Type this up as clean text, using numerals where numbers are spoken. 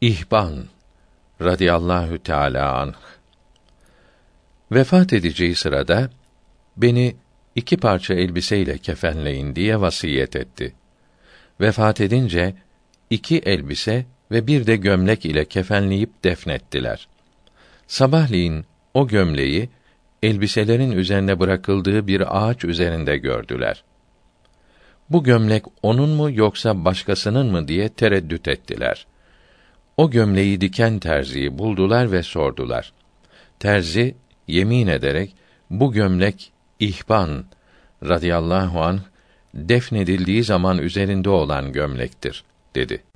İhban radıyallahu teâlâ anh vefat edeceği sırada beni 2 parça elbiseyle kefenleyin diye vasiyet etti. Vefat edince 2 elbise ve bir de gömlek ile kefenleyip defnettiler. Sabahleyin o gömleği elbiselerin üzerine bırakıldığı bir ağaç üzerinde gördüler. Bu gömlek onun mu yoksa başkasının mı diye tereddüt ettiler. O gömleği diken terziyi buldular ve sordular. Terzi yemin ederek bu gömlek İhban radıyallahu anh defnedildiği zaman üzerinde olan gömlektir dedi.